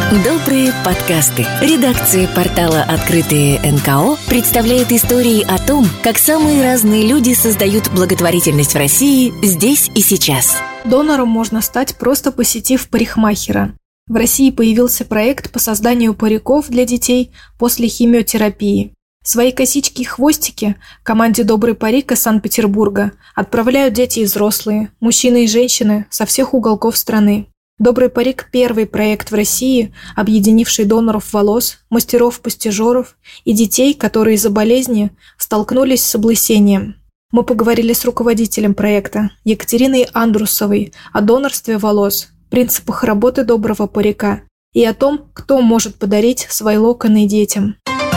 Добрые подкасты. Редакция портала «Открытые НКО» представляет истории о том, как самые разные люди создают благотворительность в России здесь и сейчас. Донором можно стать, просто посетив парикмахера. В России появился проект по созданию париков для детей после химиотерапии. Свои косички и хвостики команде «Добрый парик» из Санкт-Петербурга отправляют дети и взрослые, мужчины и женщины со всех уголков страны. «Добрый парик» – первый проект в России, объединивший доноров волос, мастеров-постижеров и детей, которые из-за болезни столкнулись с облысением. Мы поговорили с руководителем проекта Екатериной Андрусовой о донорстве волос, принципах работы доброго парика и о том, кто может подарить свои локоны детям.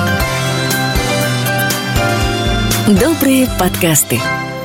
Добрые подкасты.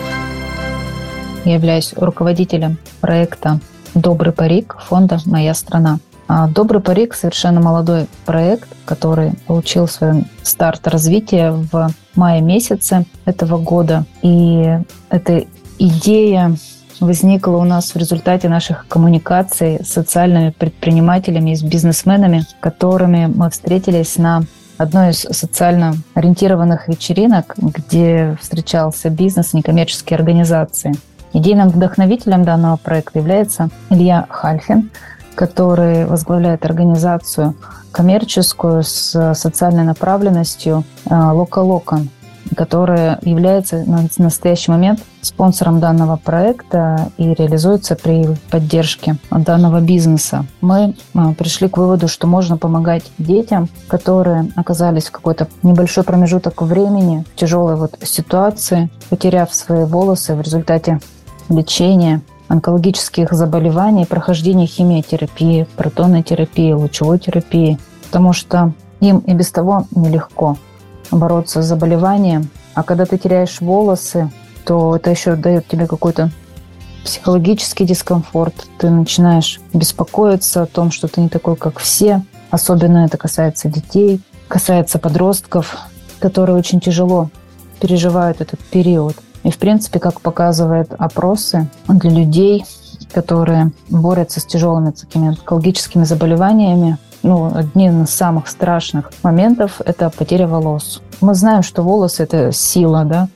Я являюсь руководителем проекта «Добрый парик» фонда «Моя страна». «Добрый парик» – совершенно молодой проект, который получил свой старт развития в мае месяце этого года. И эта идея возникла у нас в результате наших коммуникаций с социальными предпринимателями и с бизнесменами, с которыми мы встретились на одной из социально ориентированных вечеринок, где встречался бизнес и некоммерческие организации. Идейным вдохновителем данного проекта является Илья Хальфин, который возглавляет организацию коммерческую с социальной направленностью «Лока-Локон», которая является на настоящий момент спонсором данного проекта и реализуется при поддержке данного бизнеса. Мы пришли к выводу, что можно помогать детям, которые оказались в какой-то небольшой промежуток времени в тяжелой ситуации, потеряв свои волосы в результате лечения онкологических заболеваний, прохождения химиотерапии, протонной терапии, лучевой терапии, потому что им и без того нелегко бороться с заболеванием. А когда ты теряешь волосы, то это еще дает тебе какой-то психологический дискомфорт. Ты начинаешь беспокоиться о том, что ты не такой, как все. Особенно это касается детей, касается подростков, которые очень тяжело переживают этот период. И, в принципе, как показывают опросы, для людей, которые борются с тяжелыми такими онкологическими заболеваниями, одним из самых страшных моментов – это потеря волос. Мы знаем, что волосы – это сила, да?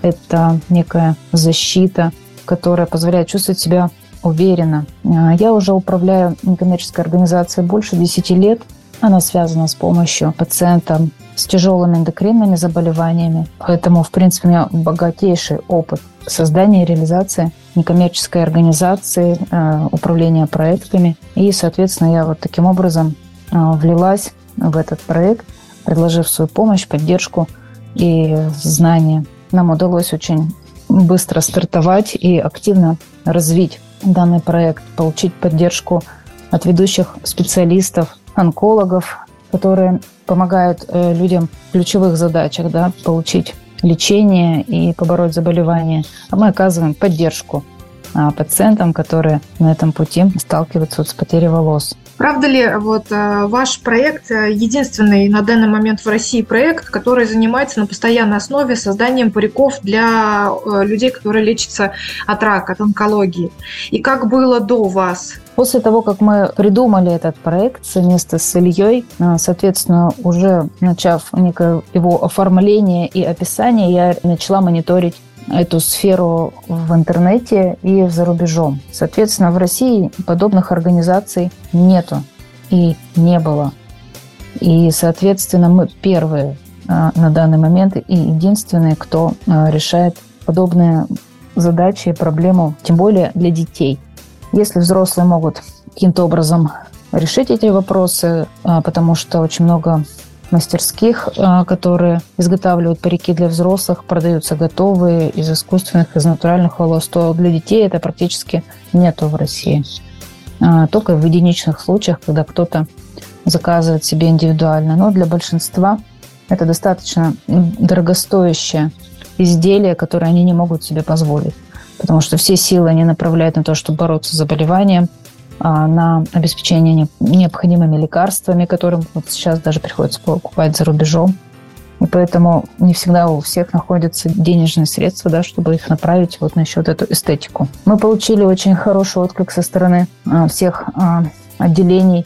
Это некая защита, которая позволяет чувствовать себя уверенно. Я уже управляю некоммерческой организацией больше 10 лет. Она связана с помощью пациентам с тяжелыми эндокринными заболеваниями. Поэтому, в принципе, у меня богатейший опыт создания и реализации некоммерческой организации, управления проектами. И, соответственно, я таким образом влилась в этот проект, предложив свою помощь, поддержку и знания. Нам удалось очень быстро стартовать и активно развить данный проект, получить поддержку от ведущих специалистов, онкологов, которые помогают людям в ключевых задачах, получить лечение и побороть заболевания. А мы оказываем поддержку пациентам, которые на этом пути сталкиваются с потерей волос. Правда ли ваш проект единственный на данный момент в России проект, который занимается на постоянной основе созданием париков для людей, которые лечатся от рака, от онкологии? И как было до вас? После того, как мы придумали этот проект совместно с Ильей, соответственно, уже начав некое его оформление и описание, я начала мониторить эту сферу в интернете и за рубежом. Соответственно, в России подобных организаций нету и не было. И, соответственно, мы первые на данный момент и единственные, кто решает подобные задачи и проблему, тем более для детей. Если взрослые могут каким-то образом решить эти вопросы, потому что очень много мастерских, которые изготавливают парики для взрослых, продаются готовые из искусственных, из натуральных волос, то для детей это практически нету в России. Только в единичных случаях, когда кто-то заказывает себе индивидуально. Но для большинства это достаточно дорогостоящее изделие, которое они не могут себе позволить. Потому что все силы они направляют на то, чтобы бороться с заболеванием, на обеспечение необходимыми лекарствами, которые сейчас даже приходится покупать за рубежом. И поэтому не всегда у всех находятся денежные средства, чтобы их направить на эту эстетику. Мы получили очень хороший отклик со стороны всех отделений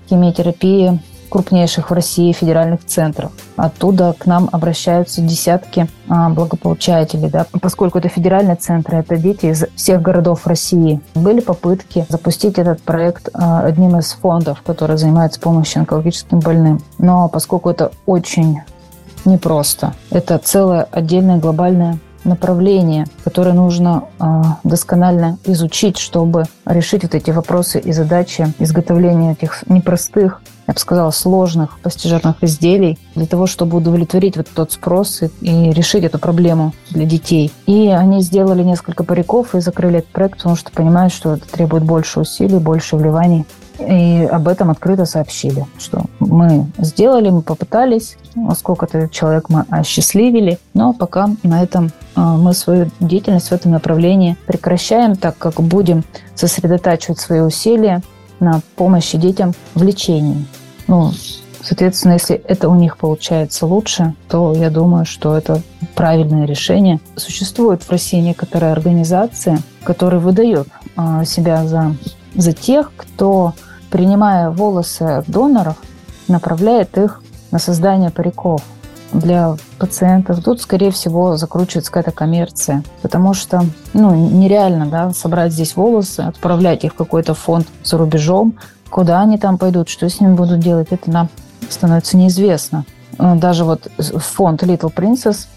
химиотерапии крупнейших в России федеральных центров. Оттуда к нам обращаются десятки благополучателей. Да. Поскольку это федеральные центры, это дети из всех городов России. Были попытки запустить этот проект одним из фондов, который занимается помощью онкологическим больным. Но поскольку это очень непросто, это целое отдельное глобальное направление, которое нужно досконально изучить, чтобы решить вот эти вопросы и задачи изготовления этих непростых, я бы сказала, сложных постижерных изделий для того, чтобы удовлетворить вот тот спрос и решить эту проблему для детей. И они сделали несколько париков и закрыли этот проект, потому что понимают, что это требует больше усилий, больше вливаний. И об этом открыто сообщили, что мы сделали, мы попытались, сколько-то человек мы осчастливили, но пока на этом мы свою деятельность в этом направлении прекращаем, так как будем сосредотачивать свои усилия на помощи детям в лечении. Соответственно, если это у них получается лучше, то я думаю, что это правильное решение. Существует в России некоторые организации, которые выдают себя за тех, кто, принимая волосы от доноров, направляет их на создание париков для пациентов. Тут, скорее всего, закручивается какая-то коммерция, потому что нереально собрать здесь волосы, отправлять их в какой-то фонд за рубежом. Куда они там пойдут, что с ними будут делать, это нам становится неизвестно. Даже вот фонд Little Princess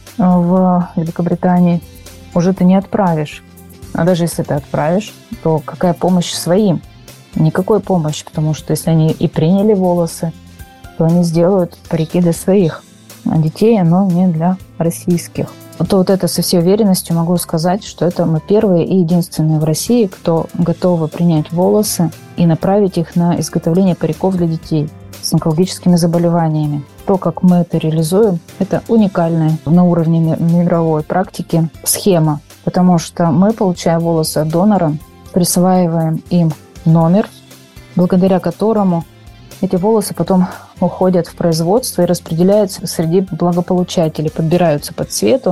в Великобритании уже ты не отправишь. А даже если ты отправишь, то какая помощь своим? Никакой помощи, потому что если они и приняли волосы, то они сделают парики для своих детей, но не для российских. То вот это со всей уверенностью могу сказать, что это мы первые и единственные в России, кто готовы принять волосы и направить их на изготовление париков для детей с онкологическими заболеваниями. То, как мы это реализуем, это уникальная на уровне мировой практики схема, потому что мы, получая волосы от донора, присваиваем им номер, благодаря которому эти волосы потом уходят в производство и распределяются среди благополучателей, подбираются по цвету,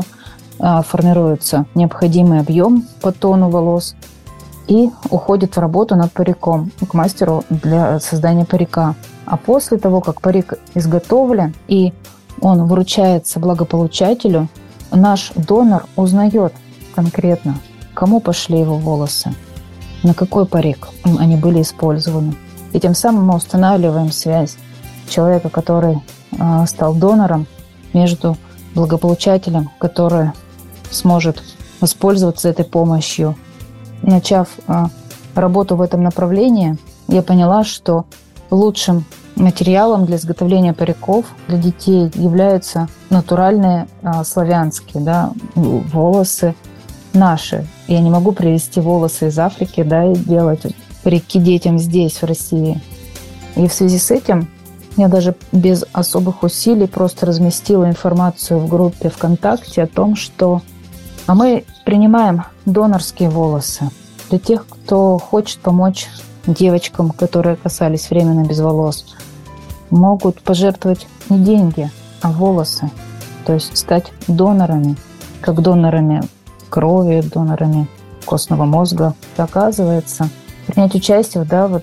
формируется необходимый объем по тону волос и уходит в работу над париком к мастеру для создания парика. А после того, как парик изготовлен и он вручается благополучателю, наш донор узнает конкретно, кому пошли его волосы, на какой парик они были использованы. И тем самым мы устанавливаем связь человека, который стал донором, между благополучателем, который сможет воспользоваться этой помощью. Начав работу в этом направлении, я поняла, что лучшим материалом для изготовления париков для детей являются натуральные славянские волосы наши. Я не могу привезти волосы из Африки и делать парики детям здесь, в России. И в связи с этим я даже без особых усилий просто разместила информацию в группе ВКонтакте о том, что мы принимаем донорские волосы для тех, кто хочет помочь девочкам, которые оказались временно без волос. Могут пожертвовать не деньги, а волосы. То есть стать донорами, как донорами крови, донорами костного мозга. Оказывается, принять участие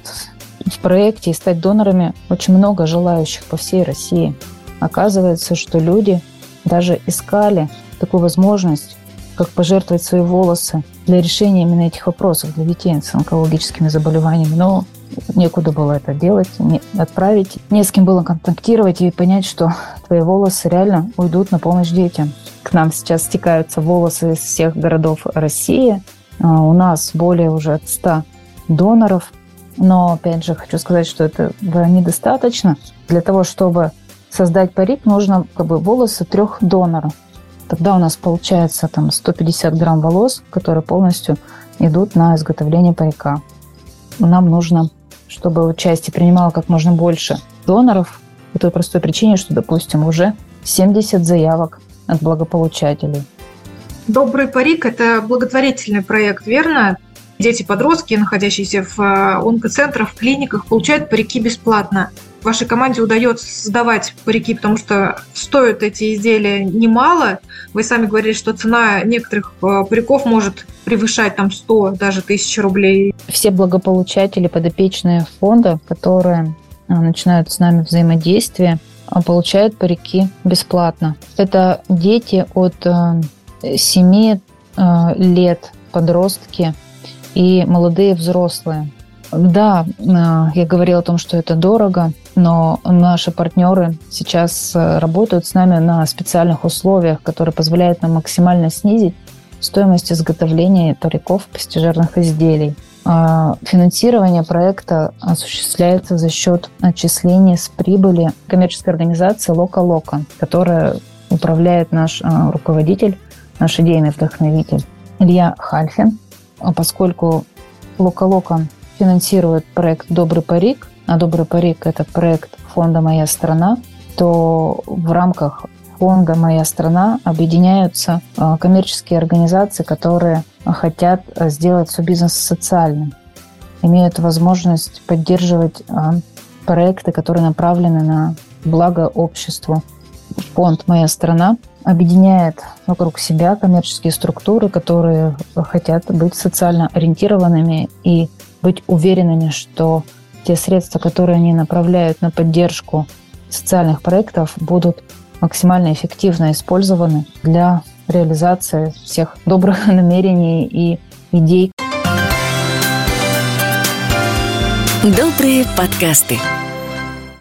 в проекте и стать донорами очень много желающих по всей России. Оказывается, что люди даже искали такую возможность, как пожертвовать свои волосы для решения именно этих вопросов для детей с онкологическими заболеваниями. Но некуда было это делать, отправить. Не с кем было контактировать и понять, что твои волосы реально уйдут на помощь детям. К нам сейчас стекаются волосы из всех городов России. У нас более уже 100 доноров. Но, опять же, хочу сказать, что этого недостаточно. Для того, чтобы создать парик, нужно волосы 3 доноров. Тогда у нас получается 150 грамм волос, которые полностью идут на изготовление парика. Нам нужно, чтобы участие принимало как можно больше доноров, по той простой причине, что, допустим, уже 70 заявок от благополучателей. «Добрый парик» – это благотворительный проект, верно? Дети-подростки, находящиеся в онкоцентрах, в клиниках, получают парики бесплатно. Вашей команде удается создавать парики, потому что стоят эти изделия немало. Вы сами говорили, что цена некоторых париков может превышать 100, даже 1000 рублей. Все благополучатели, подопечные фонда, которые начинают с нами взаимодействие, получают парики бесплатно. Это дети от 7 лет, подростки и молодые взрослые. Да, я говорила о том, что это дорого, но наши партнеры сейчас работают с нами на специальных условиях, которые позволяют нам максимально снизить стоимость изготовления париков постижерных изделий. Финансирование проекта осуществляется за счет отчислений с прибыли коммерческой организации «Лока-Лока», которая управляет наш руководитель, наш идейный вдохновитель Илья Хальфин. Поскольку «Лока-Лока» финансирует проект «Добрый парик», а «Добрый парик» – это проект фонда «Моя страна», то в рамках фонда «Моя страна» объединяются коммерческие организации, которые хотят сделать свой бизнес социальным, имеют возможность поддерживать проекты, которые направлены на благо обществу. Фонд «Моя страна» объединяет вокруг себя коммерческие структуры, которые хотят быть социально ориентированными и быть уверенными, что те средства, которые они направляют на поддержку социальных проектов, будут максимально эффективно использованы для реализации всех добрых намерений и идей. Добрые подкасты.